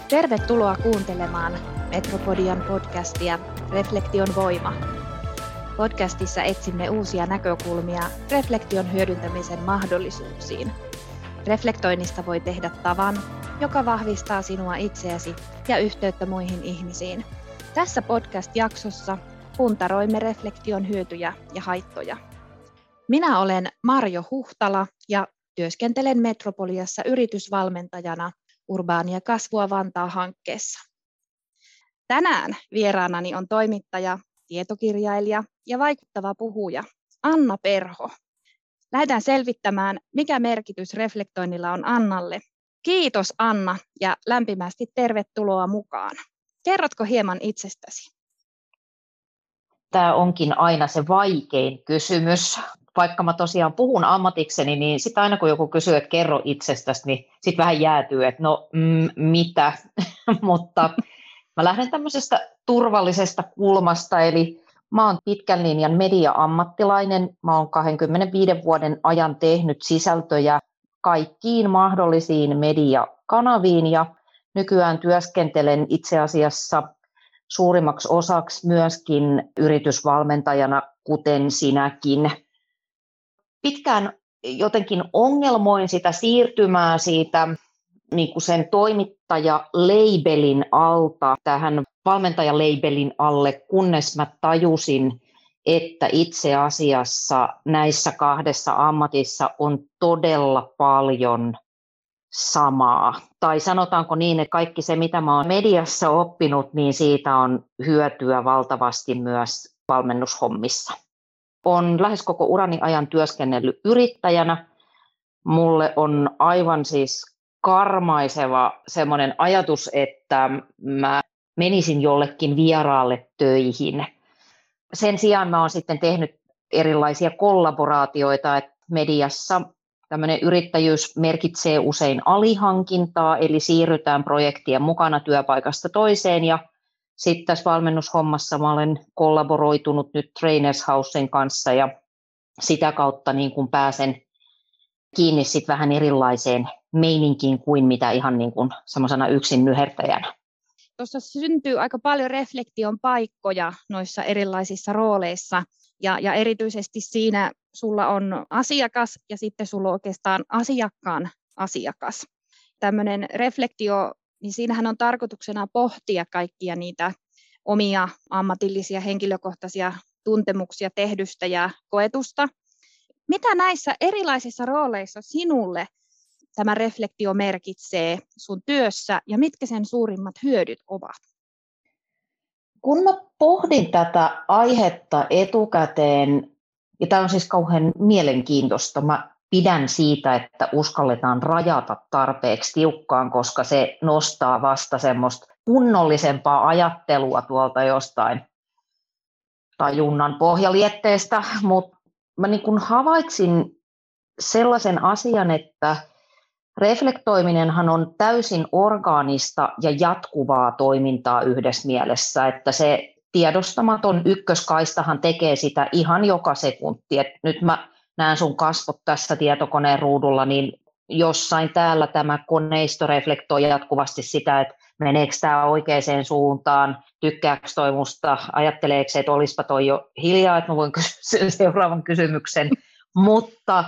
Tervetuloa kuuntelemaan Metropodian podcastia Reflektion voima. Podcastissa etsimme uusia näkökulmia reflektion hyödyntämisen mahdollisuuksiin. Reflektoinnista voi tehdä tavan, joka vahvistaa sinua itseäsi ja yhteyttä muihin ihmisiin. Tässä podcast-jaksossa puntaroimme reflektion hyötyjä ja haittoja. Minä olen Marjo Huhtala ja työskentelen Metropoliassa yritysvalmentajana Urbaania kasvua Vantaa-hankkeessa. Tänään vieraanani on toimittaja, tietokirjailija ja vaikuttava puhuja Anna Perho. Lähdetään selvittämään, mikä merkitys reflektoinnilla on Annalle. Kiitos Anna ja lämpimästi tervetuloa mukaan. Kerrotko hieman itsestäsi? Tämä onkin aina se vaikein kysymys. Vaikka mä tosiaan puhun ammatikseni, niin sitten aina kun joku kysyy, että kerro itsestäsi, niin sitten vähän jäätyy, että mitä. Mutta mä lähden tämmöisestä turvallisesta kulmasta, eli mä oon pitkän linjan media-ammattilainen. Mä oon 25 vuoden ajan tehnyt sisältöjä kaikkiin mahdollisiin mediakanaviin ja nykyään työskentelen itse asiassa suurimmaksi osaksi myöskin yritysvalmentajana, kuten sinäkin. Pitkään jotenkin ongelmoin sitä siirtymää siitä niin kuin sen toimittaja-labelin alta tähän valmentaja-labelin alle, kunnes mä tajusin, että itse asiassa näissä kahdessa ammatissa on todella paljon samaa. Tai sanotaanko niin, että kaikki se, mitä mä oon mediassa oppinut, niin siitä on hyötyä valtavasti myös valmennushommissa. Olen lähes koko urani ajan työskennellyt yrittäjänä. Mulle on aivan siis karmaiseva semmoinen ajatus, että mä menisin jollekin vieraalle töihin. Sen sijaan mä oon sitten tehnyt erilaisia kollaboraatioita, että mediassa tämmöinen yrittäjyys merkitsee usein alihankintaa, eli siirrytään projektien mukana työpaikasta toiseen. Ja sitten tässä valmennushommassa mä olen kollaboroitunut nyt Trainers Houseen kanssa ja sitä kautta niin kuin pääsen kiinni sitten vähän erilaiseen meininkiin kuin mitä ihan niin kuin semmoisena yksin nyhertäjänä. Tuossa syntyy aika paljon reflektion paikkoja noissa erilaisissa rooleissa ja erityisesti siinä sulla on asiakas ja sitten sulla on oikeastaan asiakkaan asiakas. Tämmöinen reflektio, niin siinähän on tarkoituksena pohtia kaikkia niitä omia ammatillisia henkilökohtaisia tuntemuksia tehdystä ja koetusta. Mitä näissä erilaisissa rooleissa sinulle tämä reflektio merkitsee sun työssä ja mitkä sen suurimmat hyödyt ovat? Kun mä pohdin tätä aihetta etukäteen, ja tämä on siis kauhean mielenkiintoista, mä pidän siitä, että uskalletaan rajata tarpeeksi tiukkaan, koska se nostaa vasta semmoista kunnollisempaa ajattelua tuolta jostain tajunnan pohjalietteestä, mutta mä niin kuin havaitsin sellaisen asian, että reflektoiminenhan on täysin orgaanista ja jatkuvaa toimintaa yhdessä mielessä, että se tiedostamaton ykköskaistahan tekee sitä ihan joka sekunti. Et nyt mä näen sun kasvot tässä tietokoneen ruudulla, niin jossain täällä tämä koneisto reflektoi jatkuvasti sitä, että meneekö tämä oikeaan suuntaan, tykkääkö toi musta, ajatteleeko että olispa toi jo hiljaa, että mä voin kysyä seuraavan kysymyksen, mutta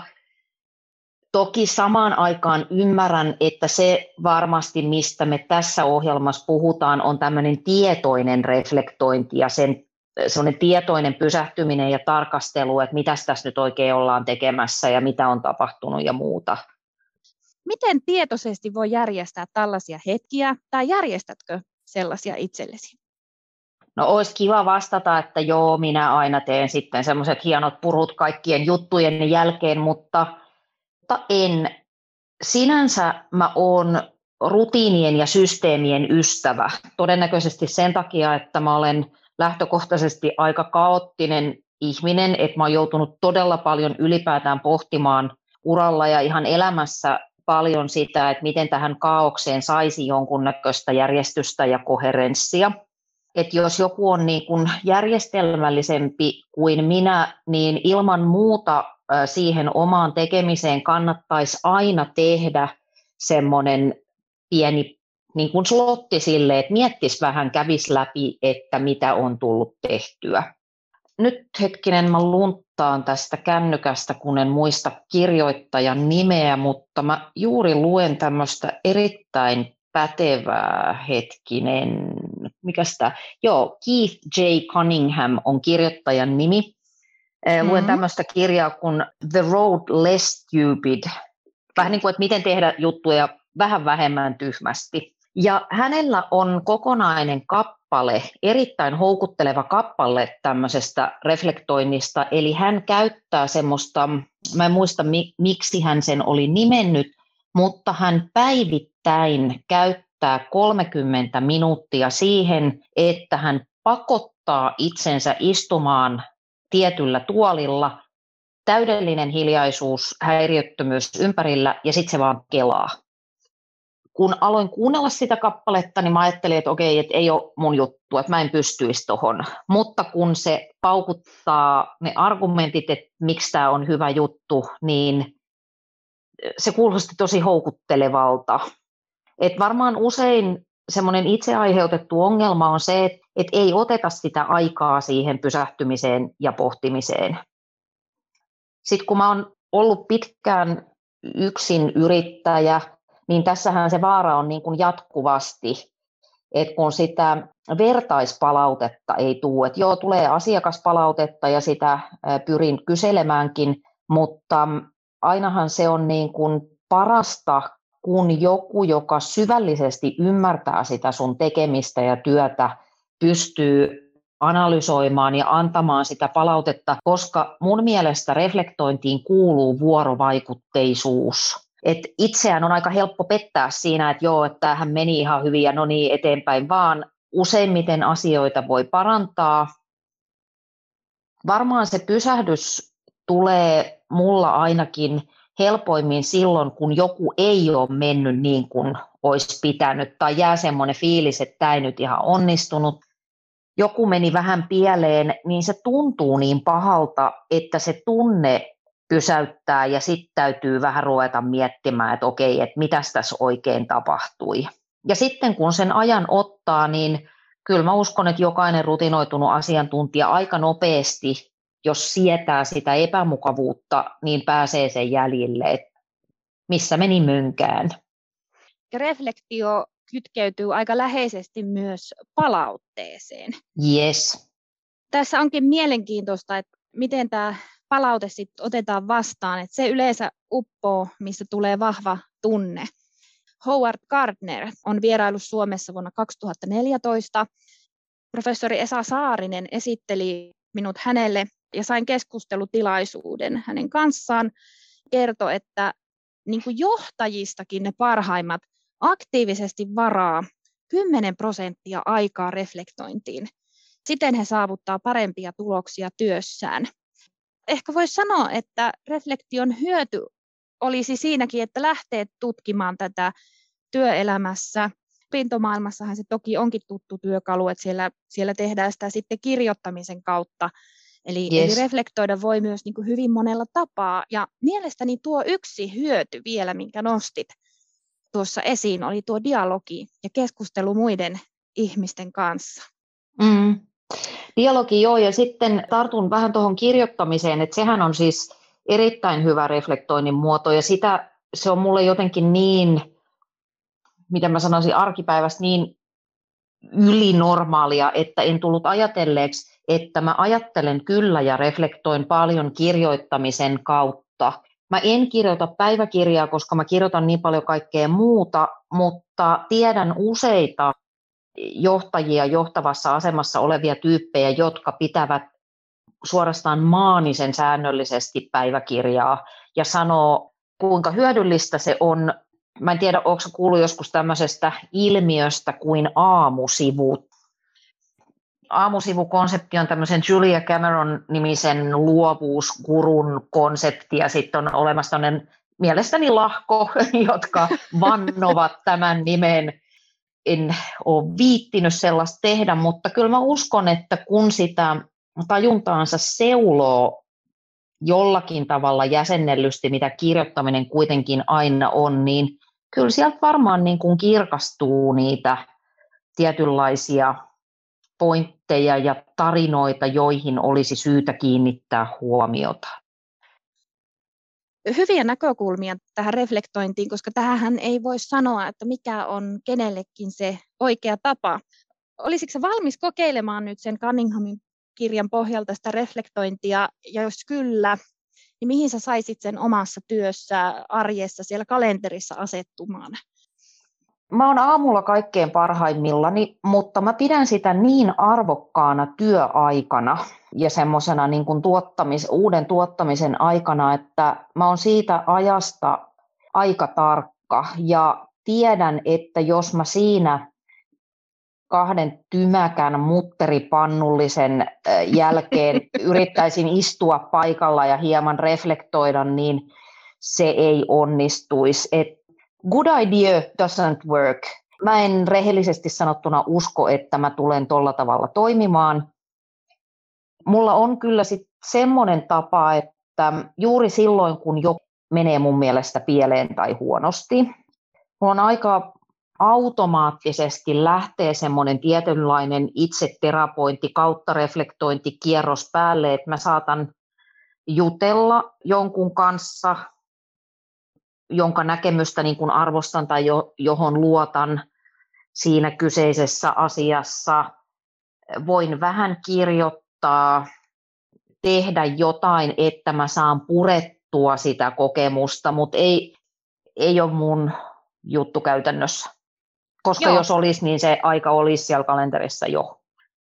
toki samaan aikaan ymmärrän, että se varmasti, mistä me tässä ohjelmassa puhutaan, on tämmöinen tietoinen reflektointi ja sellainen tietoinen pysähtyminen ja tarkastelu, että mitä tässä nyt oikein ollaan tekemässä ja mitä on tapahtunut ja muuta. Miten tietoisesti voi järjestää tällaisia hetkiä tai järjestätkö sellaisia itsellesi? No olisi kiva vastata, että joo, minä aina teen sitten semmoiset hienot purut kaikkien juttujen jälkeen, mutta en. Sinänsä mä oon rutiinien ja systeemien ystävä. Todennäköisesti sen takia, että mä olen lähtökohtaisesti aika kaoottinen ihminen, että mä oon joutunut todella paljon ylipäätään pohtimaan uralla ja ihan elämässä paljon sitä, että miten tähän kaaukseen saisi jonkunnäköistä järjestystä ja koherenssia. Että jos joku on niin kuin järjestelmällisempi kuin minä, niin ilman muuta siihen omaan tekemiseen kannattaisi aina tehdä semmoinen pieni niin kuin slotti sille, että miettisi vähän, kävisi läpi, että mitä on tullut tehtyä. Nyt hetkinen, mä lunttaan tästä kännykästä, kun en muista kirjoittajan nimeä, mutta mä juuri luen tämmöistä erittäin pätevää mikäs tää? Joo, Keith J. Cunningham on kirjoittajan nimi. Luen tämmöistä kirjaa kuin The Road Less Stupid. Vähän niin kuin, että miten tehdä juttuja vähän vähemmän tyhmästi. Ja hänellä on kokonainen kappale, erittäin houkutteleva kappale tämmöisestä reflektoinnista. Eli hän käyttää semmoista, mä en muista miksi hän sen oli nimennyt, mutta hän päivittäin käyttää 30 minuuttia siihen, että hän pakottaa itsensä istumaan tietyllä tuolilla, täydellinen hiljaisuus, häiriöttömyys ympärillä ja sitten se vaan kelaa. Kun aloin kuunnella sitä kappaletta, niin mä ajattelin, että okei, että ei ole mun juttu, että mä en pystyisi tohon. Mutta kun se paukuttaa ne argumentit, että miksi tämä on hyvä juttu, niin se kuulosti tosi houkuttelevalta. Et varmaan usein semmoinen itse aiheutettu ongelma on se, että ei oteta sitä aikaa siihen pysähtymiseen ja pohtimiseen. Sitten kun mä oon ollut pitkään yksin yrittäjä, niin tässähän se vaara on niin kuin jatkuvasti, että kun sitä vertaispalautetta ei tule, että joo, tulee asiakaspalautetta ja sitä pyrin kyselemäänkin, mutta ainahan se on niin kuin parasta, kun joku, joka syvällisesti ymmärtää sitä sun tekemistä ja työtä, pystyy analysoimaan ja antamaan sitä palautetta, koska mun mielestä reflektointiin kuuluu vuorovaikutteisuus. Et itseään on aika helppo pettää siinä, että joo, että tämähän meni ihan hyvin ja no niin eteenpäin, vaan useimmiten asioita voi parantaa. Varmaan se pysähdys tulee mulla ainakin helpoimmin silloin, kun joku ei ole mennyt niin kuin olisi pitänyt tai jää semmoinen fiilis, että tämä ei nyt ihan onnistunut. Joku meni vähän pieleen, niin se tuntuu niin pahalta, että se tunne pysäyttää ja sitten täytyy vähän ruveta miettimään, että okei, että mitäs tässä oikein tapahtui. Ja sitten kun sen ajan ottaa, niin kyllä mä uskon, että jokainen rutinoitunut asiantuntija aika nopeasti, jos sietää sitä epämukavuutta, niin pääsee sen jäljille, että missä meni mönkään. Reflektio kytkeytyy aika läheisesti myös palautteeseen. Yes. Tässä onkin mielenkiintoista, että miten tämä palaute sitten otetaan vastaan, että se yleensä uppoo, missä tulee vahva tunne. Howard Gardner on vieraillut Suomessa vuonna 2014. Professori Esa Saarinen esitteli minut hänelle ja sain keskustelutilaisuuden hänen kanssaan. Kertoi, että niin kuin johtajistakin ne parhaimmat aktiivisesti varaa 10% aikaa reflektointiin. Siten he saavuttaa parempia tuloksia työssään. Ehkä voisi sanoa, että reflektion hyöty olisi siinäkin, että lähtee tutkimaan tätä työelämässä. Opintomaailmassahan se toki onkin tuttu työkalu, että siellä tehdään sitä sitten kirjoittamisen kautta. Eli reflektoida voi myös niin kuin hyvin monella tapaa. Ja mielestäni tuo yksi hyöty vielä, minkä nostit tuossa esiin, oli tuo dialogi ja keskustelu muiden ihmisten kanssa. Dialogi joo, ja sitten tartun vähän tuohon kirjoittamiseen, että sehän on siis erittäin hyvä reflektoinnin muoto, ja se on mulle jotenkin niin, mitä mä sanoisin, arkipäivästä niin ylinormaalia, että en tullut ajatelleeksi, että mä ajattelen kyllä ja reflektoin paljon kirjoittamisen kautta. Mä en kirjoita päiväkirjaa, koska mä kirjoitan niin paljon kaikkea muuta, mutta tiedän useita johtajia, johtavassa asemassa olevia tyyppejä, jotka pitävät suorastaan maanisen säännöllisesti päiväkirjaa ja sanoo, kuinka hyödyllistä se on. Mä en tiedä, onko kuullut joskus tämmöisestä ilmiöstä kuin aamusivut. Aamusivukonsepti on tämmöisen Julia Cameron-nimisen luovuusgurun konsepti, ja sitten on olemassa tämmöinen mielestäni lahko, jotka vannovat tämän nimen. En ole viittinyt sellaista tehdä, mutta kyllä mä uskon, että kun sitä tajuntaansa seuloo jollakin tavalla jäsennellysti, mitä kirjoittaminen kuitenkin aina on, niin Kyllä sieltä varmaan niin kuin kirkastuu niitä tietynlaisia pointteja ja tarinoita, joihin olisi syytä kiinnittää huomiota. Hyviä näkökulmia tähän reflektointiin, koska tähän ei voi sanoa, että mikä on kenellekin se oikea tapa. Olisitko valmis kokeilemaan nyt sen Cunninghamin kirjan pohjalta sitä reflektointia, ja jos kyllä, niin mihin sä saisit sen omassa työssä, arjessa, siellä kalenterissa asettumaan? Mä oon aamulla kaikkein parhaimmillani, mutta mä pidän sitä niin arvokkaana työaikana ja semmoisena niin kuin uuden tuottamisen aikana, että mä oon siitä ajasta aika tarkka ja tiedän, että jos mä siinä 2 tymäkän mutteripannullisen jälkeen yrittäisin istua paikalla ja hieman reflektoida, niin se ei onnistuisi. Good idea doesn't work. Mä en rehellisesti sanottuna usko, että mä tulen tolla tavalla toimimaan. Mulla on kyllä sit semmoinen tapa, että juuri silloin, kun joku menee mun mielestä pieleen tai huonosti, mulla on aika automaattisesti lähtee semmoinen tietynlainen itseterapointi kautta reflektointikierros päälle, että mä saatan jutella jonkun kanssa, jonka näkemystä niin kuin arvostan tai johon luotan siinä kyseisessä asiassa. Voin vähän kirjoittaa, tehdä jotain, että mä saan purettua sitä kokemusta, mutta ei ole mun juttu käytännössä. Koska jos olisi, niin se aika olisi siellä kalenterissa jo.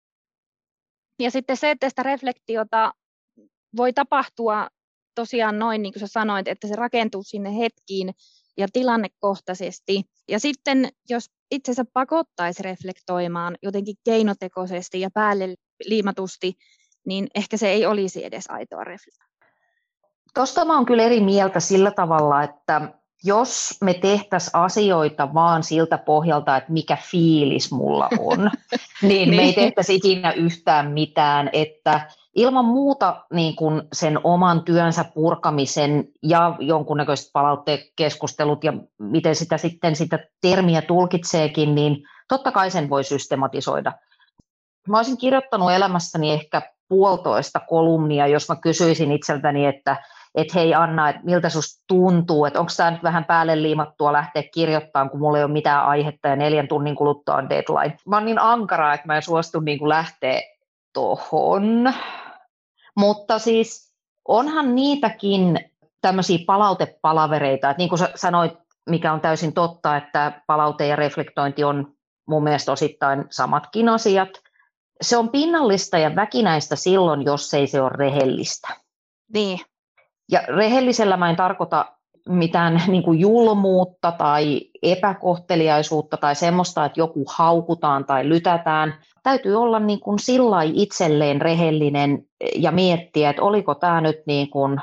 Ja sitten se, että sitä reflektiota voi tapahtua tosiaan noin, niin kuin sä sanoit, että se rakentuu sinne hetkiin ja tilannekohtaisesti. Ja sitten, jos itsensä pakottaisi reflektoimaan jotenkin keinotekoisesti ja päälle liimatusti, niin ehkä se ei olisi edes aitoa reflektointia. Tuosta mä oon kyllä eri mieltä sillä tavalla, että jos me tehtäisiin asioita vaan siltä pohjalta, että mikä fiilis mulla on, niin me ei tehtäisi ikinä yhtään mitään, että ilman muuta niin kun sen oman työnsä purkamisen ja jonkunnäköiset palauttekeskustelut ja miten sitä termiä tulkitseekin, niin totta kai sen voi systematisoida. Mä olisin kirjoittanut elämässäni ehkä 1,5 kolumnia, jos mä kysyisin itseltäni, että hei Anna, että miltä susta tuntuu, että onko tämä nyt vähän päälle liimattua lähteä kirjoittamaan, kun mulla ei ole mitään aihetta ja 4 tunnin kuluttua on deadline. Mä oon niin ankara, että mä en suostu niin kuin lähteä tohon. Mutta siis onhan niitäkin tämmöisiä palautepalavereita, että niin kuin sä sanoit, mikä on täysin totta, että palaute ja reflektointi on mun mielestä osittain samatkin asiat. Se on pinnallista ja väkinäistä silloin, jos ei se ole rehellistä. Niin. Ja rehellisellä mä en tarkoita mitään niin kuin julmuutta tai epäkohteliaisuutta tai semmoista, että joku haukutaan tai lytätään. Täytyy olla niin kuin sillai itselleen rehellinen ja miettiä, että oliko tämä nyt niin kuin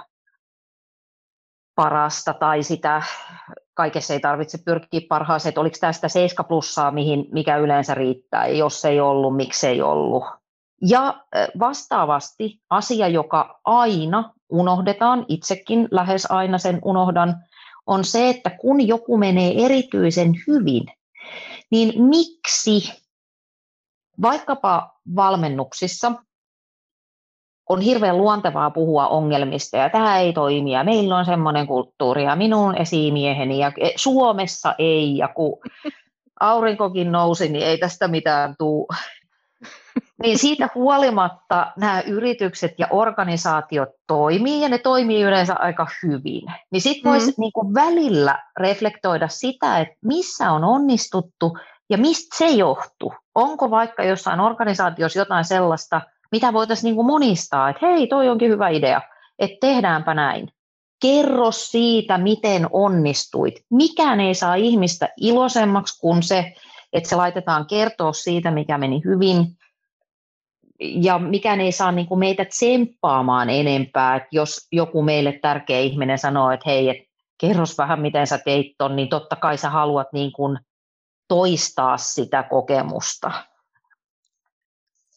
parasta tai sitä, kaikessa ei tarvitse pyrkiä parhaaseen, että oliko tästä 7+, mikä yleensä riittää, ja jos ei ollut, miksi ei ollut. Ja vastaavasti asia, joka aina unohdetaan, itsekin lähes aina sen unohdan, on se, että kun joku menee erityisen hyvin, niin miksi vaikkapa valmennuksissa on hirveän luontevaa puhua ongelmista ja tämä ei toimi ja meillä on semmoinen kulttuuri ja minun esimieheni ja Suomessa ei ja kun aurinkokin nousi, niin ei tästä mitään tule. Niin siitä huolimatta nämä yritykset ja organisaatiot toimii ja ne toimii yleensä aika hyvin. Niin sitten voisi niinku välillä reflektoida sitä, että missä on onnistuttu ja mistä se johtuu. Onko vaikka jossain organisaatiossa jotain sellaista, mitä voitaisiin niinku monistaa, että hei, toi onkin hyvä idea, että tehdäänpä näin. Kerro siitä, miten onnistuit. Mikään ei saa ihmistä iloisemmaksi kuin se, että se laitetaan kertoa siitä, mikä meni hyvin. Ja mikään ei saa niin kuin meitä tsemppaamaan enempää, että jos joku meille tärkeä ihminen sanoo, että hei, et kerros vähän miten sä teit ton, niin totta kai sä haluat niin kuin toistaa sitä kokemusta.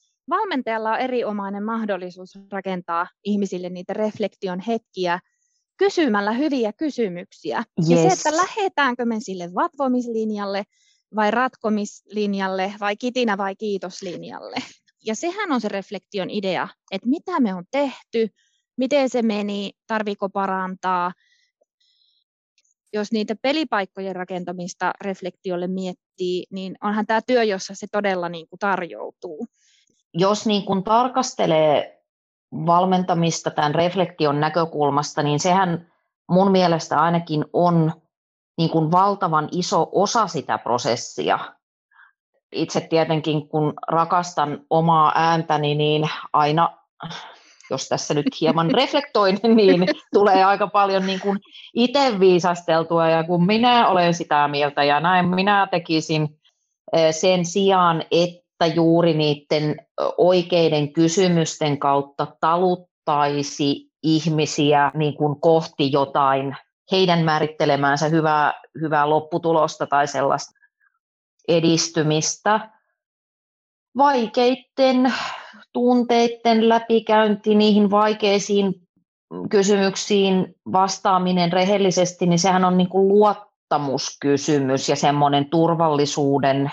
Valmentajalla on erinomainen mahdollisuus rakentaa ihmisille niitä reflektion hetkiä. kysymällä hyviä kysymyksiä. Ja se, että lähdetäänkö me sille vatvomislinjalle vai ratkomislinjalle vai kitinä vai kiitoslinjalle. Ja sehän on se reflektion idea, että mitä me on tehty, miten se meni, tarviiko parantaa. Jos niitä pelipaikkojen rakentamista reflektiolle miettii, niin onhan tämä työ, jossa se todella niin kuin tarjoutuu. Jos niin kuin tarkastelee valmentamista tämän reflektion näkökulmasta, niin sehän mun mielestä ainakin on niin kuin valtavan iso osa sitä prosessia. Itse tietenkin, kun rakastan omaa ääntäni, niin aina, jos tässä nyt hieman reflektoin, niin tulee aika paljon niin kuin itse viisasteltua, ja kun minä olen sitä mieltä ja näin minä tekisin sen sijaan, että juuri niiden oikeiden kysymysten kautta taluttaisi ihmisiä niin kuin kohti jotain heidän määrittelemäänsä hyvää lopputulosta tai sellaista edistymistä. Vaikeiden tunteiden läpikäynti, niihin vaikeisiin kysymyksiin vastaaminen rehellisesti, niin sehän on niin kuin luottamuskysymys ja semmoinen turvallisuuden,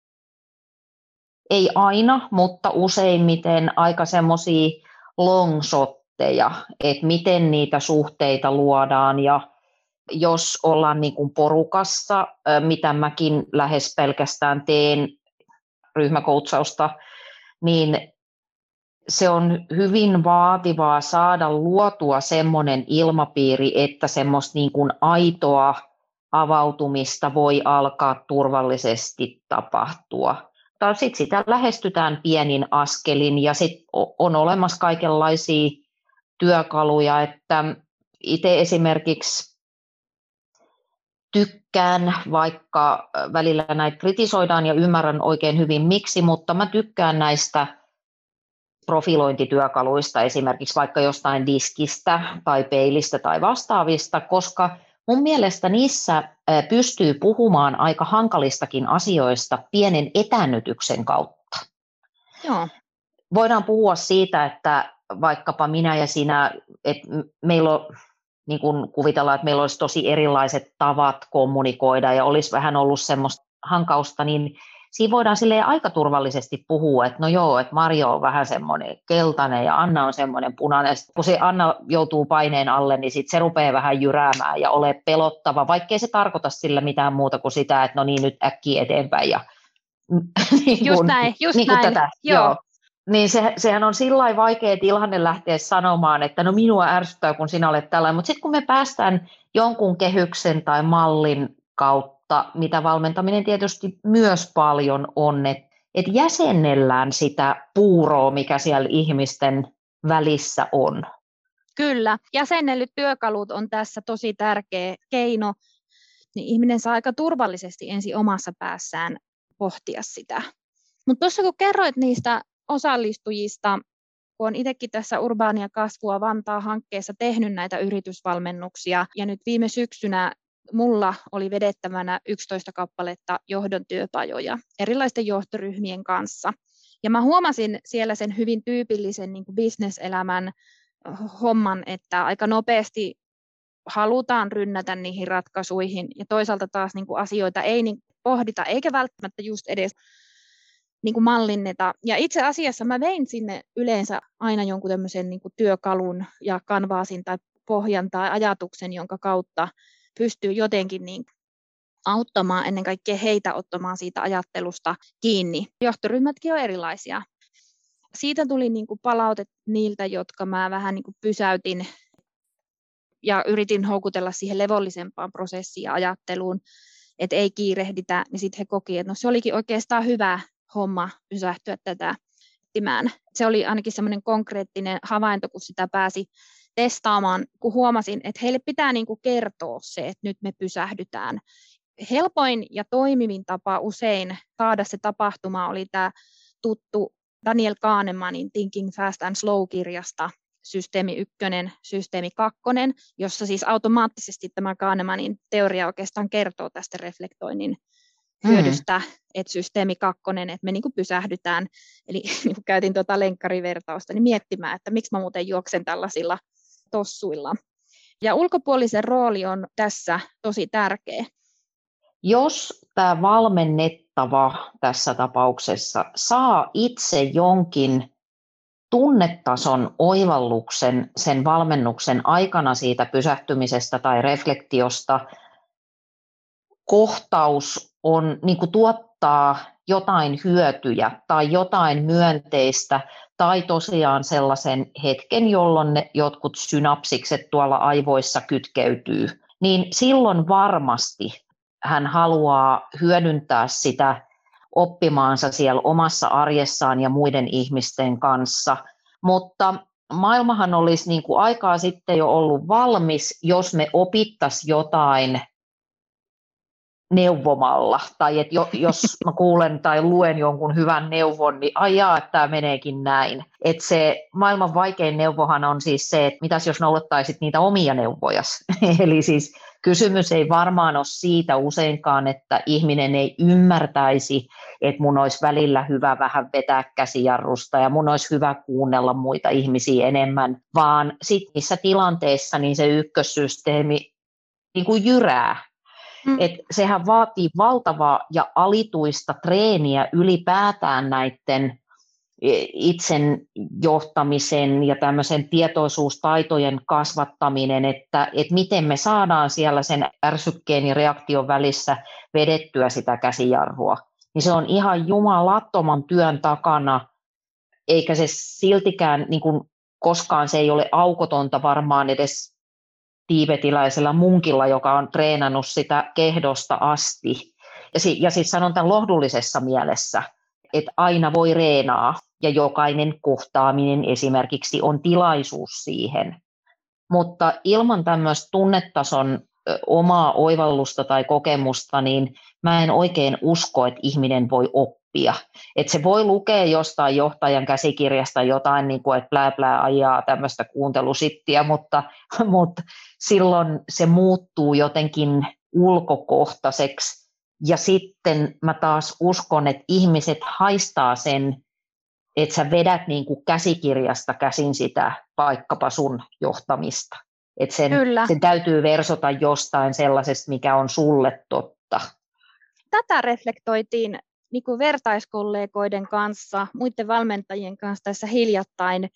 ei aina, mutta useimmiten aika semmoisia longshotteja, että miten niitä suhteita luodaan, ja jos ollaan niin kuin porukassa, mitä mäkin lähes pelkästään teen, ryhmäkoutsausta, niin se on hyvin vaativaa saada luotua semmoinen ilmapiiri, että semmoista niin kuin aitoa avautumista voi alkaa turvallisesti tapahtua. Sitten sitä lähestytään pienin askelin, ja sitten on olemassa kaikenlaisia työkaluja, että itse esimerkiksi tykkään, vaikka välillä näitä kritisoidaan ja ymmärrän oikein hyvin miksi, mutta mä tykkään näistä profilointityökaluista, esimerkiksi vaikka jostain diskistä tai peilistä tai vastaavista, koska mun mielestä niissä pystyy puhumaan aika hankalistakin asioista pienen etäännytyksen kautta. Joo. Voidaan puhua siitä, että vaikkapa minä ja sinä, että meillä on, niin kuin kuvitellaan, että meillä olisi tosi erilaiset tavat kommunikoida ja olisi vähän ollut semmoista hankausta, niin siinä voidaan silleen aika turvallisesti puhua, että no joo, että Marjo on vähän semmoinen keltainen ja Anna on semmoinen punainen. Sitten kun se Anna joutuu paineen alle, niin sitten se rupeaa vähän jyräämään ja ole pelottava, vaikkei se tarkoita sillä mitään muuta kuin sitä, että no niin, nyt äkkiä eteenpäin. Ja, just näin. Tätä, joo. Niin sehän on sillä vaikea tilanne lähteä sanomaan, että no minua ärsyttää, kun sinä olet tällainen. Mutta sitten kun me päästään jonkun kehyksen tai mallin kautta, mitä valmentaminen tietysti myös paljon on, että jäsennellään sitä puuroa, mikä siellä ihmisten välissä on. Kyllä, jäsennellyt työkalut on tässä tosi tärkeä keino, niin ihminen saa aika turvallisesti ensin omassa päässään pohtia sitä. Mutta tuossa kun kerroit niistä osallistujista, kun olen itsekin tässä Urbaania kasvua Vantaa-hankkeessa tehnyt näitä yritysvalmennuksia, ja nyt viime syksynä mulla oli vedettävänä 11 kappaletta johdon työpajoja erilaisten johtoryhmien kanssa. Ja mä huomasin siellä sen hyvin tyypillisen niin kuin bisneselämän homman, että aika nopeasti halutaan rynnätä niihin ratkaisuihin, ja toisaalta taas niin kuin asioita ei niin pohdita, eikä välttämättä just edes niin kuin mallinneta. Ja itse asiassa mä vein sinne yleensä aina jonkun tämmöisen niin kuin työkalun ja kanvaasin tai pohjan tai ajatuksen, jonka kautta pystyy jotenkin niin auttamaan ennen kaikkea heitä ottamaan siitä ajattelusta kiinni. Johtoryhmätkin on erilaisia. Siitä tuli niin kuin palaute niiltä, jotka mä vähän niin kuin pysäytin ja yritin houkutella siihen levollisempaan prosessiin ja ajatteluun, että ei kiirehditä, niin sitten he koki, että no se olikin oikeastaan hyvä homma pysähtyä tätä etsimään. Se oli ainakin semmoinen konkreettinen havainto, kun sitä pääsi testaamaan, kun huomasin, että heille pitää niin kuin kertoa se, että nyt me pysähdytään. Helpoin ja toimivin tapa usein saada se tapahtuma oli tämä tuttu Daniel Kahnemanin Thinking Fast and Slow-kirjasta, systeemi 1, systeemi 2, jossa siis automaattisesti tämä Kahnemanin teoria oikeastaan kertoo tästä reflektoinnin hyödystä, että systeemi 2, että me niin kuin pysähdytään, eli niin kuin käytin tuota lenkkarivertausta, niin miettimään, että miksi mä muuten juoksen tällaisilla tossuilla. Ja ulkopuolisen rooli on tässä tosi tärkeä. Jos tämä valmennettava tässä tapauksessa saa itse jonkin tunnetason oivalluksen sen valmennuksen aikana siitä pysähtymisestä tai reflektiosta, kohtaus on, niin kuin tuottaa jotain hyötyjä tai jotain myönteistä tai tosiaan sellaisen hetken, jolloin ne jotkut synapsikset tuolla aivoissa kytkeytyy, niin silloin varmasti hän haluaa hyödyntää sitä oppimaansa siellä omassa arjessaan ja muiden ihmisten kanssa, mutta maailmahan olisi niin kuin aikaa sitten jo ollut valmis, jos me opittaisiin jotain neuvomalla, tai että jos mä kuulen tai luen jonkun hyvän neuvon, niin aijaa, että tämä meneekin näin. Että se maailman vaikein neuvohan on siis se, että mitäs jos noudattaisit niitä omia neuvojas. Eli siis kysymys ei varmaan ole siitä useinkaan, että ihminen ei ymmärtäisi, että mun olisi välillä hyvä vähän vetää käsijarrusta ja mun olisi hyvä kuunnella muita ihmisiä enemmän, vaan sitten niissä tilanteissa niin se ykkössysteemi niin kuin jyrää. Et sehän vaatii valtavaa ja alituista treeniä ylipäätään näiden itsen johtamisen ja tämmöisen tietoisuustaitojen kasvattaminen, että miten me saadaan siellä sen ärsykkeen ja reaktion välissä vedettyä sitä käsijarrua. Niin se on ihan jumalattoman työn takana, eikä se siltikään, niin kuin koskaan se ei ole aukotonta varmaan edes tiibetiläisellä munkilla, joka on treenannut sitä kehdosta asti. Ja siis sanon tämän lohdullisessa mielessä, että aina voi reenaa ja jokainen kohtaaminen esimerkiksi on tilaisuus siihen. Mutta ilman tämmöistä tunnetason omaa oivallusta tai kokemusta, niin mä en oikein usko, että ihminen voi oppia. Että se voi lukea jostain johtajan käsikirjasta jotain, niin kuin, että plää ajaa tämmöistä kuuntelusittiä, mutta silloin se muuttuu jotenkin ulkokohtaiseksi. Ja sitten mä taas uskon, että ihmiset haistaa sen, että sä vedät niin kuin käsikirjasta käsin sitä vaikkapa sun johtamista. Että sen täytyy versota jostain sellaisesta, mikä on sulle totta. Tätä reflektoitiin niin kuin vertaiskollegoiden kanssa, muiden valmentajien kanssa tässä hiljattain,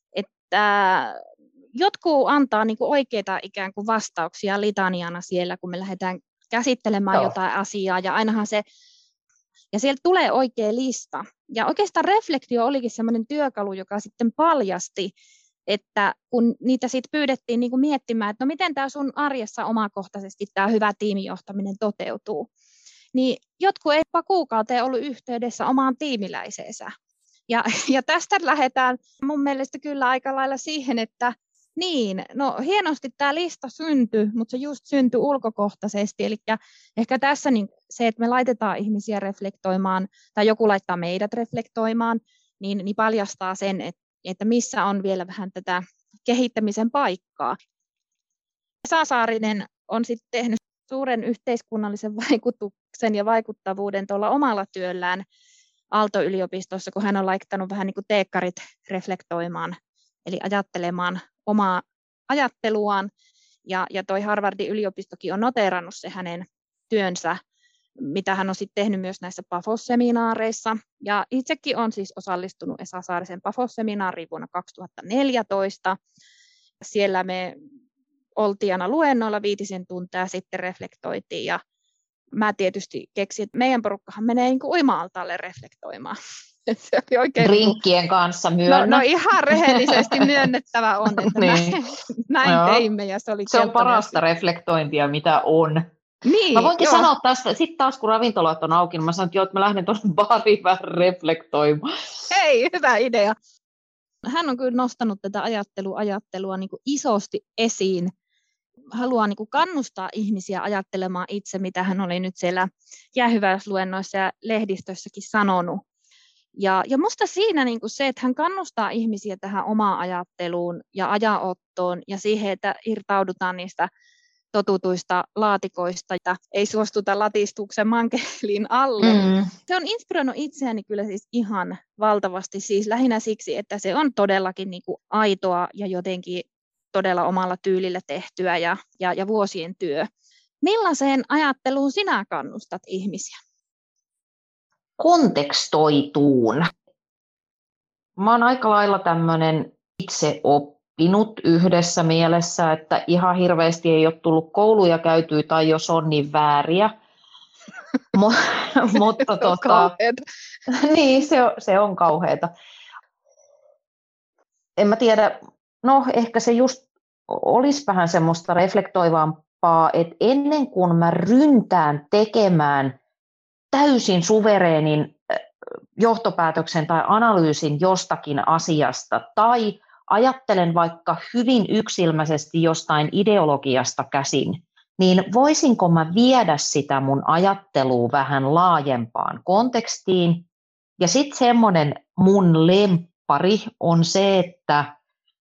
että jotkut antaa niin kuin oikeita ikään kuin vastauksia litaniana siellä, kun me lähdetään käsittelemään jotain asiaa, ja ainahan se, ja sieltä tulee oikea lista. Ja oikeastaan reflektio olikin sellainen työkalu, joka sitten paljasti, että kun niitä sitten pyydettiin niin kuin miettimään, että no miten tämä sun arjessa omakohtaisesti tämä hyvä tiimijohtaminen toteutuu, niin jotkut ei kuukauteen ollut yhteydessä omaan tiimiläiseensä. Ja tästä lähdetään mun mielestä kyllä aika lailla siihen, että niin, no hienosti tämä lista syntyi, mutta se just syntyi ulkokohtaisesti. Eli ehkä tässä niin se, että me laitetaan ihmisiä reflektoimaan tai joku laittaa meidät reflektoimaan, niin paljastaa sen, että missä on vielä vähän tätä kehittämisen paikkaa. Esa Saarinen on sitten tehnyt suuren yhteiskunnallisen vaikutuksen ja vaikuttavuuden tuolla omalla työllään Aalto-yliopistossa, kun hän on laittanut vähän niin kuin teekkarit reflektoimaan, eli ajattelemaan omaa ajatteluaan. Ja toi Harvardin yliopistokin on noteerannut se hänen työnsä, mitä hän on sitten tehnyt myös näissä PAFOS-seminaareissa. Ja itsekin olen siis osallistunut Esa Saarisen PAFOS-seminaariin vuonna 2014. Siellä me oltiin aina luennoilla 5 tuntia ja sitten reflektoitiin. Ja mä tietysti keksin, että meidän porukkahan menee niin kuin uima-altaalle reflektoimaan. Se oli oikein drinkkien kanssa myönnä. No ihan rehellisesti myönnettävä on, että niin. näin teimme. Ja se on parasta reflektointia, mitä on. Niin, mä voinkin sanoa tästä, sitten taas kun ravintolat on auki, niin mä sanon, että mä lähden tuonne baariin vähän reflektoimaan. Hei, hyvä idea. Hän on kyllä nostanut tätä ajattelua niin kuin isosti esiin. Haluaa niin kuin kannustaa ihmisiä ajattelemaan itse, mitä hän oli nyt siellä jäähyväisluennoissa ja lehdistössäkin sanonut. Ja musta siinä niin kuin se, että hän kannustaa ihmisiä tähän omaan ajatteluun ja ajanottoon ja siihen, että irtaudutaan niistä totutuista laatikoista ja ei suostuta latistuksen mankelin alle. Se on inspiroinut itseäni kyllä siis ihan valtavasti, siis lähinnä siksi, että se on todellakin niin kuin aitoa ja jotenkin todella omalla tyylillä tehtyä ja vuosien työ. Millaiseen ajatteluun sinä kannustat ihmisiä? Kontekstoituun. Mä oon aika lailla tämmöinen itse oppinut yhdessä mielessä, että ihan hirveästi ei ole tullut kouluja käytyä tai jos on niin vääriä. Mutta niin, se on kauheata. En mä tiedä, no ehkä se just olisi vähän semmoista reflektoivampaa, että ennen kuin mä ryntään tekemään täysin suvereenin johtopäätöksen tai analyysin jostakin asiasta tai ajattelen vaikka hyvin yksilmäisesti jostain ideologiasta käsin, niin voisinko mä viedä sitä mun ajattelua vähän laajempaan kontekstiin. Ja sitten semmoinen mun lemppari on se, että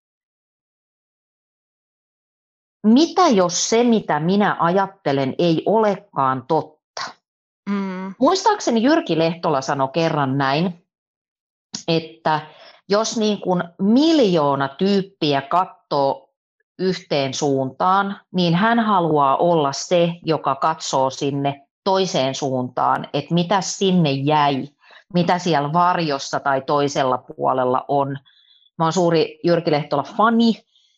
mitä jos se, mitä minä ajattelen, ei olekaan totta? Muistaakseni Jyrki Lehtola sanoi kerran näin, että jos niin kuin 1,000,000 tyyppiä katsoo yhteen suuntaan, niin hän haluaa olla se, joka katsoo sinne toiseen suuntaan, että mitä sinne jäi, mitä siellä varjossa tai toisella puolella on. Mä oon suuri Jyrki Lehtola-fani.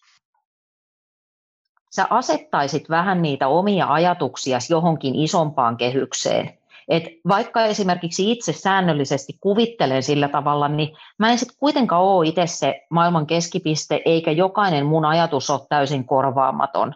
Sä asettaisit vähän niitä omia ajatuksia johonkin isompaan kehykseen. Et vaikka esimerkiksi itse säännöllisesti kuvittelen sillä tavalla, niin mä en sitten kuitenkaan ole itse se maailman keskipiste, eikä jokainen mun ajatus ole täysin korvaamaton.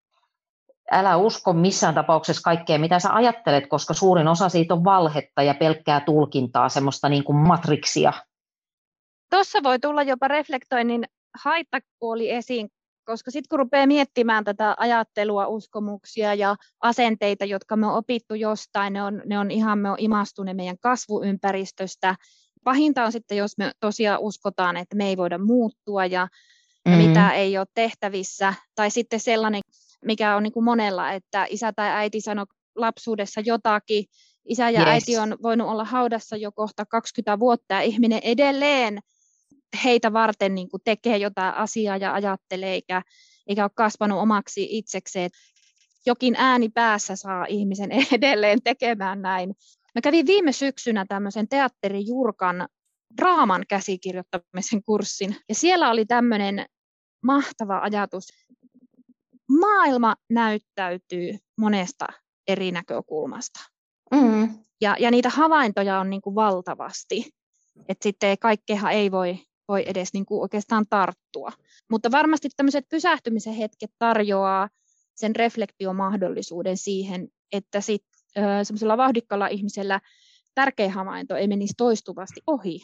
Älä usko missään tapauksessa kaikkea, mitä sä ajattelet, koska suurin osa siitä on valhetta ja pelkkää tulkintaa, semmoista niin kuin matriksia. Tuossa voi tulla jopa reflektoinnin haittapuoli esiin, koska sitten kun rupeaa miettimään tätä ajattelua, uskomuksia ja asenteita, jotka me on opittu jostain, me on imastuneet meidän kasvuympäristöstä. Pahinta on sitten, jos me tosiaan uskotaan, että me ei voida muuttua ja mitä ei ole tehtävissä. Tai sitten sellainen, mikä on niin kuin monella, että isä tai äiti sanoi lapsuudessa jotakin. Isä ja äiti on voinut olla haudassa jo kohta 20 vuotta ja ihminen edelleen heitä varten niin kuin tekee jotain asiaa ja ajattelee, eikä ole kasvanut omaksi itsekseen. Jokin ääni päässä saa ihmisen edelleen tekemään näin. Mä kävin viime syksynä tämmöisen teatterijurkan draaman käsikirjoittamisen kurssin, ja siellä oli tämmöinen mahtava ajatus. Maailma näyttäytyy monesta eri näkökulmasta. Ja niitä havaintoja on niin kuin valtavasti. Että sitten kaikkea ei voi edes niin kuin oikeastaan tarttua. Mutta varmasti tämmöiset pysähtymisen hetket tarjoaa sen reflektiomahdollisuuden siihen, että semmoisella vauhdikkaalla ihmisellä tärkeä havainto ei menisi toistuvasti ohi.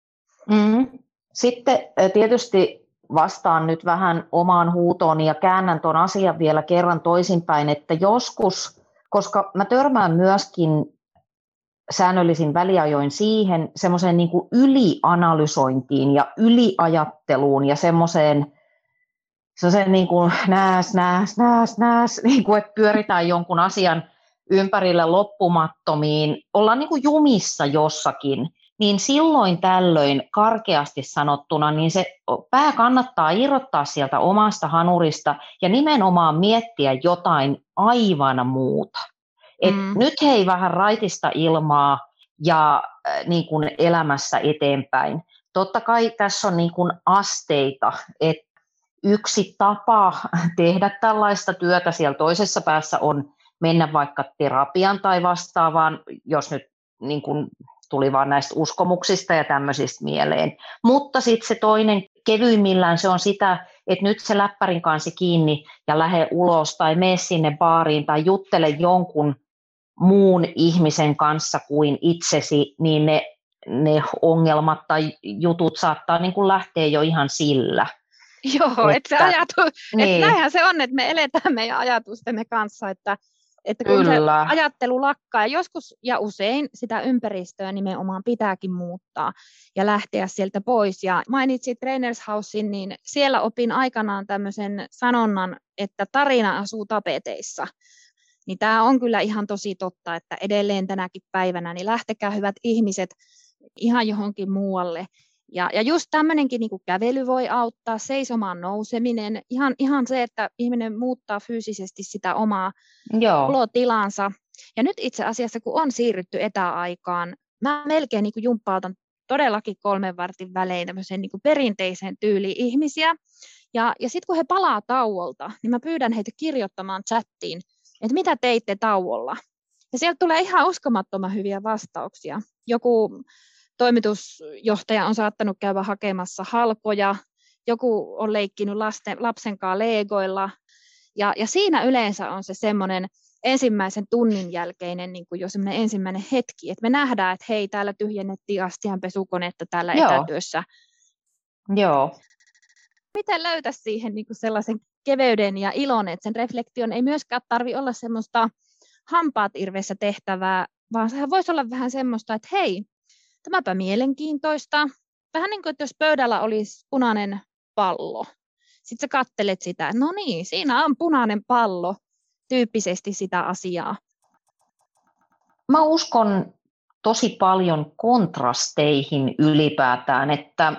Sitten tietysti vastaan nyt vähän omaan huutoon ja käännän tuon asian vielä kerran toisinpäin, että joskus, koska mä törmään myöskin säännöllisin väliajoin siihen semmoiseen niin kuin ylianalysointiin ja yliajatteluun ja semmoiseen niin kuin nääs, niin kuin, että pyöritään jonkun asian ympärillä loppumattomiin, ollaan niin kuin jumissa jossakin, niin silloin tällöin karkeasti sanottuna, niin se pää kannattaa irrottaa sieltä omasta hanurista ja nimenomaan miettiä jotain aivan muuta. Nyt hei vähän raitista ilmaa ja niin kuin elämässä eteenpäin. Totta kai tässä on niin kuin asteita, että yksi tapa tehdä tällaista työtä siellä toisessa päässä on mennä vaikka terapian tai vastaavaan, jos nyt niin kuin tuli vaan näistä uskomuksista ja tämmöisistä mieleen. Mutta sitten se toinen kevyimmillään se on sitä, että nyt se läppärin kansi kiinni ja lähde ulos tai mene sinne baariin tai juttele jonkun muun ihmisen kanssa kuin itsesi, niin ne ongelmat tai jutut saattaa niin kuin lähteä jo ihan sillä. Joo, että näinhän se on, että me eletään meidän ajatustemme kanssa, että kun se ajattelu lakkaa, ja joskus ja usein sitä ympäristöä nimenomaan pitääkin muuttaa ja lähteä sieltä pois. Ja mainitsit Trainers Housen, niin siellä opin aikanaan tämmöisen sanonnan, että tarina asuu tapeteissa. Niin tämä on kyllä ihan tosi totta, että edelleen tänäkin päivänä, niin lähtekää hyvät ihmiset ihan johonkin muualle Ja just tämmöinenkin niin kuin kävely voi auttaa, seisomaan nouseminen, ihan se, että ihminen muuttaa fyysisesti sitä omaa Joo. olotilansa. Ja nyt itse asiassa, kun on siirrytty etäaikaan, mä melkein niin kuin jumppautan todellakin 3 vartin välein tämmöiseen niin kuin perinteiseen tyyliin ihmisiä. Ja sitten kun he palaa tauolta, niin mä pyydän heitä kirjoittamaan chattiin, että mitä teitte tauolla. Ja sieltä tulee ihan uskomattoman hyviä vastauksia. Joku toimitusjohtaja on saattanut käydä hakemassa halkoja, joku on leikkinyt lapsen kanssa legoilla. Ja siinä yleensä on se semmoinen ensimmäisen tunnin jälkeinen niin kuin jo semmoinen ensimmäinen hetki, että me nähdään, että hei, täällä tyhjennettiin astianpesukonetta täällä etätyössä. Joo. Miten löytäisi siihen niin kuin sellaisen keveyden ja ilon, että sen reflektion ei myöskään tarvitse olla semmoista hampaat irvessä tehtävää, vaan sehän voisi olla vähän semmoista, että hei, tämäpä mielenkiintoista. Vähän niin kuin, että jos pöydällä olisi punainen pallo. Sitten sä kattelet sitä, että no niin, siinä on punainen pallo, tyyppisesti sitä asiaa. Mä uskon tosi paljon kontrasteihin ylipäätään, että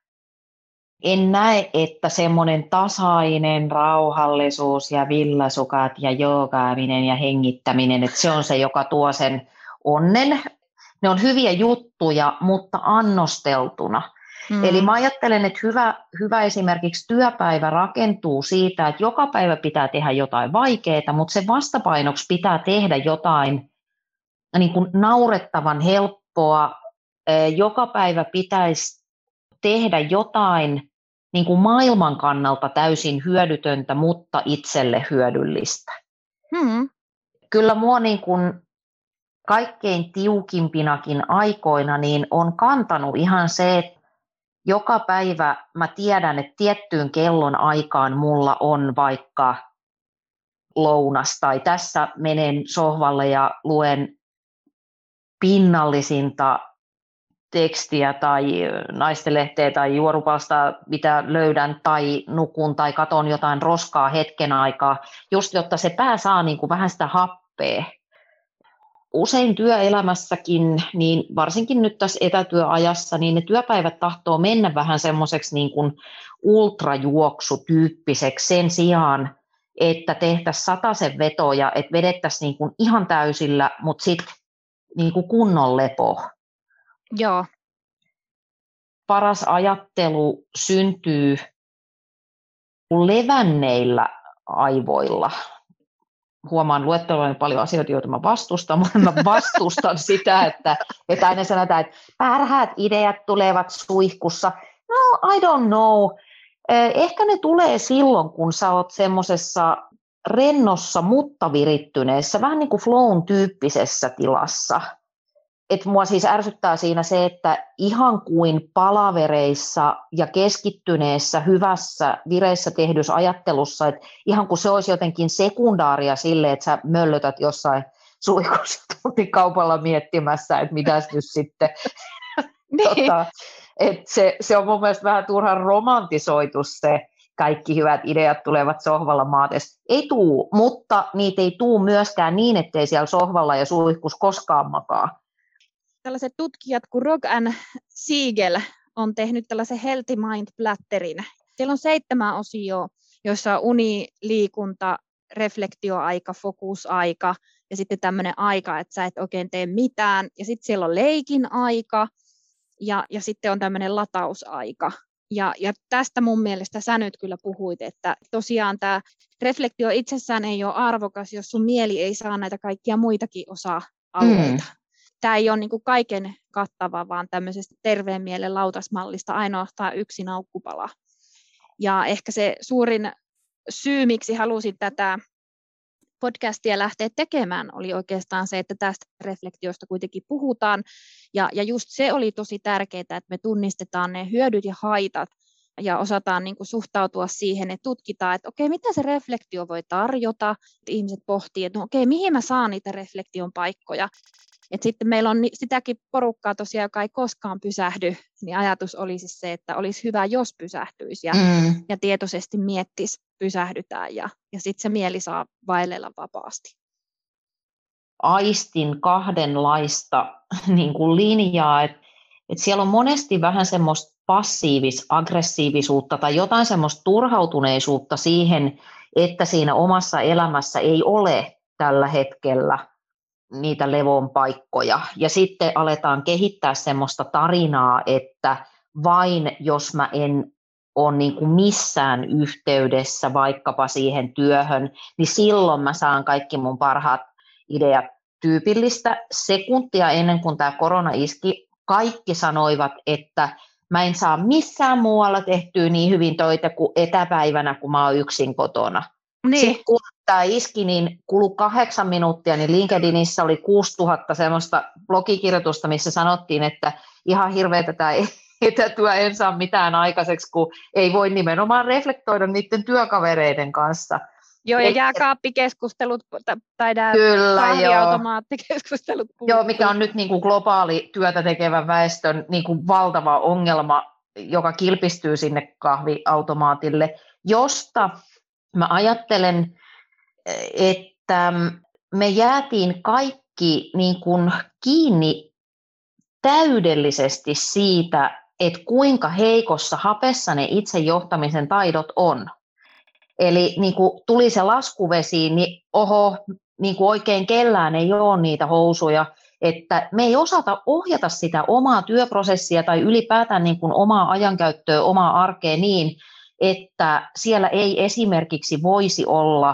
en näe, että semmoinen tasainen rauhallisuus ja villasukat ja joogaaminen ja hengittäminen, että se on se, joka tuo sen onnen. Ne on hyviä juttuja, mutta annosteltuna. Eli mä ajattelen, että hyvä esimerkiksi työpäivä rakentuu siitä, että joka päivä pitää tehdä jotain vaikeaa, mutta sen vastapainoksi pitää tehdä jotain niin kuin naurettavan helppoa. Joka päivä pitäisi tehdä jotain niin kuin maailman kannalta täysin hyödytöntä, mutta itselle hyödyllistä. Kyllä mua niin kuin kaikkein tiukimpinakin aikoina niin on kantanut ihan se, että joka päivä mä tiedän, että tiettyyn kellon aikaan mulla on vaikka lounas tai tässä menen sohvalle ja luen pinnallisinta tekstiä tai naistenlehteä tai juorupalsta, mitä löydän, tai nukun tai katon jotain roskaa hetken aikaa, just jotta se pää saa niin kuin vähän sitä happea. Usein työelämässäkin, niin varsinkin nyt tässä etätyöajassa, niin ne työpäivät tahtoo mennä vähän semmoiseksi niin kuin ultrajuoksutyyppiseksi sen sijaan, että tehtäisiin satasen vetoja, että vedettäisiin niin kuin ihan täysillä, mutta sitten niin kuin kunnon lepo. Joo. Paras ajattelu syntyy levänneillä aivoilla. Huomaan luettelevani paljon asioita, joita mä vastustan, mutta mä vastustan sitä, että aina sanotaan, että parhaat ideat tulevat suihkussa. No, I don't know. Ehkä ne tulee silloin, kun sä oot semmosessa rennossa, mutta virittyneessä, vähän niin kuin flown tyyppisessä tilassa. Et mua siis ärsyttää siinä se, että ihan kuin palavereissa ja keskittyneessä, hyvässä, vireissä tehdyssä ajattelussa, että ihan kuin se olisi jotenkin sekundaaria sille, että sä möllötät jossain suihkussa kaupalla miettimässä, että mitäs nyt sitten. Se on mun mielestä vähän turhan romantisoitu se, kaikki hyvät ideat tulevat sohvalla maates. Ei tuu, mutta niitä ei tuu myöskään niin, ettei siellä sohvalla ja suihkus koskaan makaa. Tällaiset tutkijat kuin Rog and Siegel on tehnyt tällaisen Healthy Mind Platterin. Siellä on 7 osioa, joissa on uni, liikunta, reflektioaika, fokusaika ja sitten tämmöinen aika, että sä et oikein tee mitään. Ja sitten siellä on leikin aika ja sitten on tämmöinen latausaika. Ja tästä mun mielestä sä nyt kyllä puhuit, että tosiaan tämä reflektio itsessään ei ole arvokas, jos sun mieli ei saa näitä kaikkia muitakin osa-alueita. Tämä ei ole niin kuin kaiken kattava, vaan tämmöisestä terveen mielen lautasmallista ainoastaan yksi naukkupala. Ja ehkä se suurin syy, miksi halusin tätä podcastia lähteä tekemään, oli oikeastaan se, että tästä reflektiosta kuitenkin puhutaan. Ja just se oli tosi tärkeää, että me tunnistetaan ne hyödyt ja haitat ja osataan niin kuin suhtautua siihen, että tutkitaan, että okei, mitä se reflektio voi tarjota. Ihmiset pohtii, että no okei, mihin mä saan niitä reflektion paikkoja. Et sitten meillä on sitäkin porukkaa tosiaan, joka ei koskaan pysähdy, niin ajatus olisi se, että olisi hyvä, jos pysähtyisi ja tietoisesti miettisi, pysähdytään ja sitten se mieli saa vaellella vapaasti. Aistin kahdenlaista niin kuin linjaa, että että siellä on monesti vähän semmoista passiivis-aggressiivisuutta tai jotain semmoista turhautuneisuutta siihen, että siinä omassa elämässä ei ole tällä hetkellä niitä levon paikkoja. Ja sitten aletaan kehittää semmoista tarinaa, että vain jos mä en ole niin kuin missään yhteydessä vaikkapa siihen työhön, niin silloin mä saan kaikki mun parhaat ideat. Tyypillistä sekuntia ennen kuin tämä korona iski, kaikki sanoivat, että mä en saa missään muualla tehtyä niin hyvin töitä kuin etäpäivänä, kun mä oon yksin kotona. Niin. Sitten kun tämä iski, niin kului 8 minuuttia, niin LinkedInissä oli 6000 semmoista blogikirjoitusta, missä sanottiin, että ihan hirveätä tämä etätyö, en saa mitään aikaiseksi, kun ei voi nimenomaan reflektoida niiden työkavereiden kanssa. Joo, ja jääkaappikeskustelut tai nämä kahviautomaattikeskustelut puuttuu. Joo, mikä on nyt niin kuin globaali työtä tekevän väestön niin kuin valtava ongelma, joka kilpistyy sinne kahviautomaatille, josta mä ajattelen, että me jäätiin kaikki niin kuin kiinni täydellisesti siitä, että kuinka heikossa hapessa ne itsejohtamisen taidot on. Eli niin kuin tuli se laskuvesi, niin niin kuin oikein kellään ei ole niitä housuja, että me ei osata ohjata sitä omaa työprosessia tai ylipäätään niin kuin omaa ajankäyttöä, omaa arkea niin, että siellä ei esimerkiksi voisi olla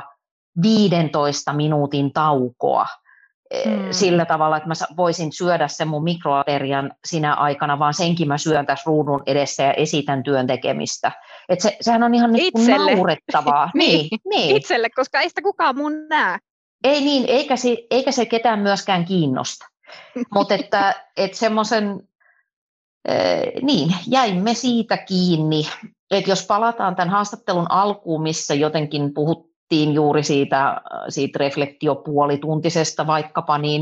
15 minuutin taukoa sillä tavalla, että mä voisin syödä sen mun mikroaterian sinä aikana, vaan senkin mä syön tässä ruudun edessä ja esitän työn tekemistä. Että sehän on ihan niin kuin naurettavaa. niin, itselle, koska ei sitä kukaan mun näe. Ei niin, eikä se ketään myöskään kiinnosta. Mutta että semmoisen, niin, jäimme siitä kiinni. Että jos palataan tämän haastattelun alkuun, missä jotenkin puhuttiin juuri siitä reflektiopuolituntisesta vaikkapa, niin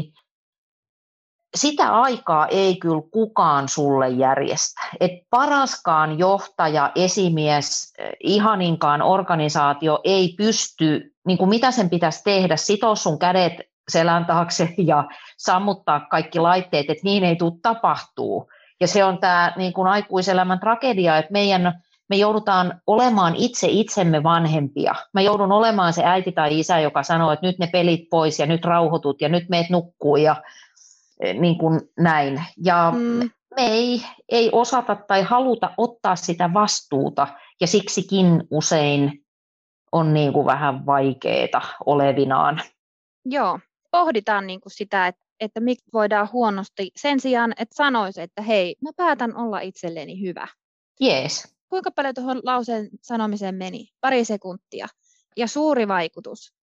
sitä aikaa ei kyllä kukaan sulle järjestä. Et paraskaan johtaja, esimies, ihaninkaan organisaatio ei pysty, niin kuin mitä sen pitäisi tehdä, sitoa sun kädet selän taakse ja sammuttaa kaikki laitteet, että niin ei tule tapahtuu. Ja se on tämä niin kuin aikuiselämän tragedia, että me joudutaan olemaan itse itsemme vanhempia. Mä joudun olemaan se äiti tai isä, joka sanoo, että nyt ne pelit pois ja nyt rauhoitut ja nyt meet nukkuu ja niin kuin näin. Ja me ei osata tai haluta ottaa sitä vastuuta ja siksikin usein on niin kuin vähän vaikeaa olevinaan. Joo, pohditaan niin kuin sitä, että miksi voidaan huonosti sen sijaan, että sanoisi, että hei, mä päätän olla itselleni hyvä. Jees. Kuinka paljon tuohon lauseen sanomiseen meni? 2 sekuntia. Ja suuri vaikutus.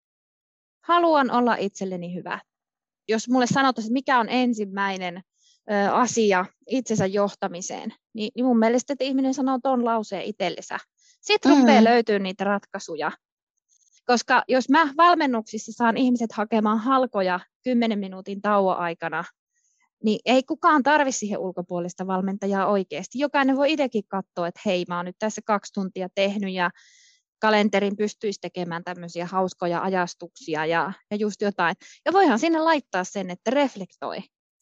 Haluan olla itselleni hyvä. Jos mulle sanotaan, että mikä on ensimmäinen asia itsensä johtamiseen, niin mun mielestä, että ihminen sanoo tuon lauseen itsellensä. Sitten rupeaa löytyä niitä ratkaisuja. Koska jos mä valmennuksissa saan ihmiset hakemaan halkoja 10 minuutin tauon aikana, niin ei kukaan tarvitse siihen ulkopuolista valmentajaa oikeasti. Jokainen voi itsekin katsoa, että hei, mä oon nyt tässä 2 tuntia tehnyt ja kalenterin pystyisi tekemään tämmöisiä hauskoja ajastuksia ja just jotain. Ja voihan sinne laittaa sen, että reflektoi.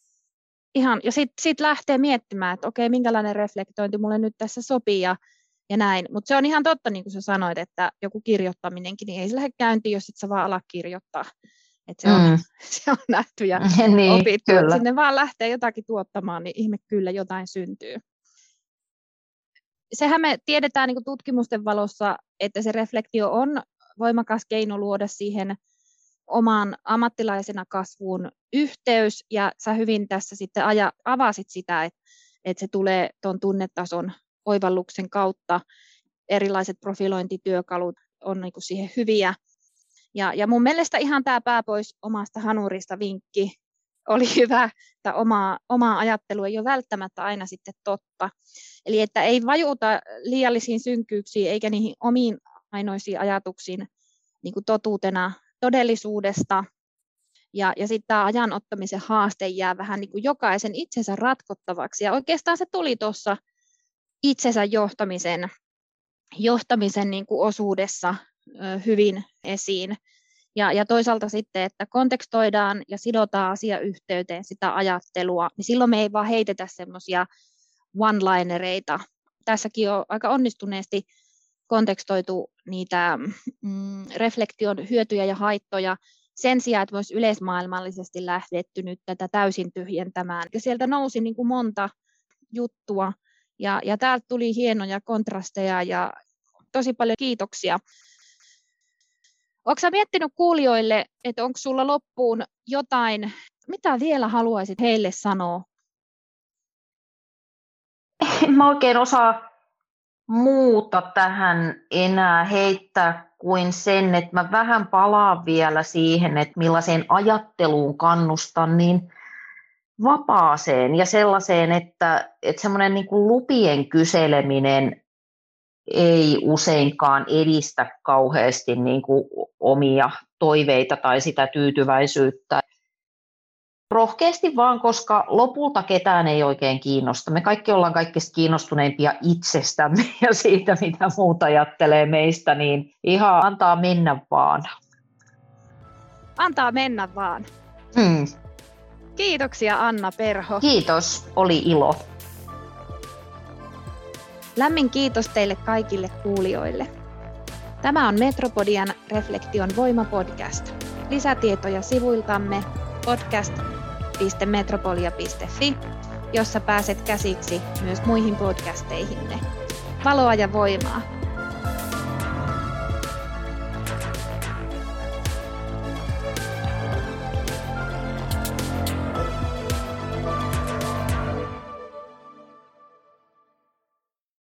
Ja sitten lähtee miettimään, että okei, minkälainen reflektointi mulle nyt tässä sopii ja näin. Mutta se on ihan totta, niin kuin sä sanoit, että joku kirjoittaminenkin, niin ei se lähde käyntiin, jos et sä vaan ala kirjoittaa. Että se on nähty ja niin, opittu. Kyllä. Sinne vaan lähtee jotakin tuottamaan, niin ihme kyllä jotain syntyy. Sehän me tiedetään niin kuin tutkimusten valossa, että se reflektio on voimakas keino luoda siihen omaan ammattilaisena kasvuun yhteys, ja sä hyvin tässä sitten avasit sitä, että se tulee tuon tunnetason oivalluksen kautta. Erilaiset profilointityökalut on niin kuin siihen hyviä. Ja mun mielestä ihan tämä pää pois omasta hanurista -vinkki oli hyvä, että omaa ajattelu ei ole välttämättä aina sitten totta. Eli että ei vajuta liiallisiin synkkyyksiin eikä niihin omiin ainoisiin ajatuksiin niin kuin totuutena todellisuudesta. Ja sitten tämä ajan ottamisen haaste jää vähän niin kuin jokaisen itsensä ratkottavaksi. Ja oikeastaan se tuli tuossa itsensä johtamisen niin kuin osuudessa hyvin esiin. Ja toisaalta sitten, että kontekstoidaan ja sidotaan asiayhteyteen sitä ajattelua, niin silloin me ei vaan heitetä semmoisia one-linereita. Tässäkin on aika onnistuneesti kontekstoitu niitä reflektion hyötyjä ja haittoja sen sijaan, että voisi yleismaailmallisesti lähdetty nyt tätä täysin tyhjentämään. Ja sieltä nousi niin kuin monta juttua ja täältä tuli hienoja kontrasteja ja tosi paljon kiitoksia. Oletko sä miettinyt kuulijoille, että onko sulla loppuun jotain, mitä vielä haluaisit heille sanoa? En mä oikein osaa muuta tähän enää heittää kuin sen, että mä vähän palaan vielä siihen, että millaiseen ajatteluun kannustan niin vapaaseen ja sellaiseen, että semmoinen niin kuin lupien kyseleminen ei useinkaan edistä kauheasti niin kuin omia toiveita tai sitä tyytyväisyyttä. Rohkeasti vaan, koska lopulta ketään ei oikein kiinnosta. Me kaikki ollaan kaikista kiinnostuneimpia itsestämme ja siitä, mitä muut ajattelee meistä, niin ihan antaa mennä vaan. Antaa mennä vaan. Kiitoksia Anna Perho. Kiitos, oli ilo. Lämmin kiitos teille kaikille kuulijoille. Tämä on Metropodian Reflektion voima-podcast. Lisätietoja sivuiltamme podcast.metropolia.fi, jossa pääset käsiksi myös muihin podcasteihinne. Valoa ja voimaa!